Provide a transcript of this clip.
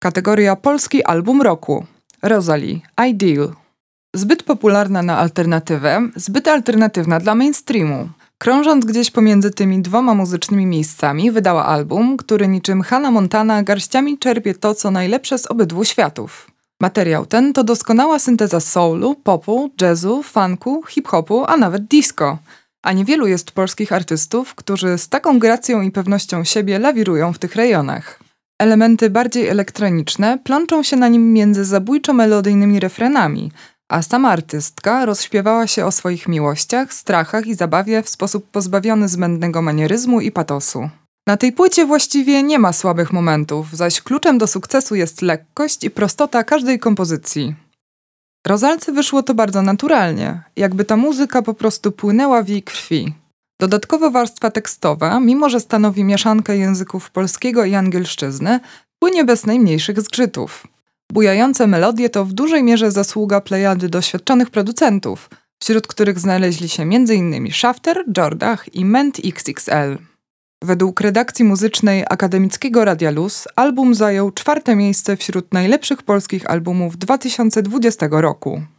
Kategoria Polski Album Roku. Rosalie, Ideal. Zbyt popularna na alternatywę, zbyt alternatywna dla mainstreamu. Krążąc gdzieś pomiędzy tymi dwoma muzycznymi miejscami, wydała album, który niczym Hannah Montana garściami czerpie to, co najlepsze z obydwu światów. Materiał ten to doskonała synteza soulu, popu, jazzu, funku, hip-hopu, a nawet disco. A niewielu jest polskich artystów, którzy z taką gracją i pewnością siebie lawirują w tych rejonach. Elementy bardziej elektroniczne plączą się na nim między zabójczo-melodyjnymi refrenami, a sama artystka rozśpiewała się o swoich miłościach, strachach i zabawie w sposób pozbawiony zbędnego manieryzmu i patosu. Na tej płycie właściwie nie ma słabych momentów, zaś kluczem do sukcesu jest lekkość i prostota każdej kompozycji. Rosalce wyszło to bardzo naturalnie, jakby ta muzyka po prostu płynęła w jej krwi. Dodatkowo warstwa tekstowa, mimo że stanowi mieszankę języków polskiego i angielszczyzny, płynie bez najmniejszych zgrzytów. Bujające melodie to w dużej mierze zasługa plejady doświadczonych producentów, wśród których znaleźli się m.in. Shafter, Jordach i Ment XXL. Według redakcji muzycznej Akademickiego Radia Luz album zajął 4. miejsce wśród najlepszych polskich albumów 2020 roku.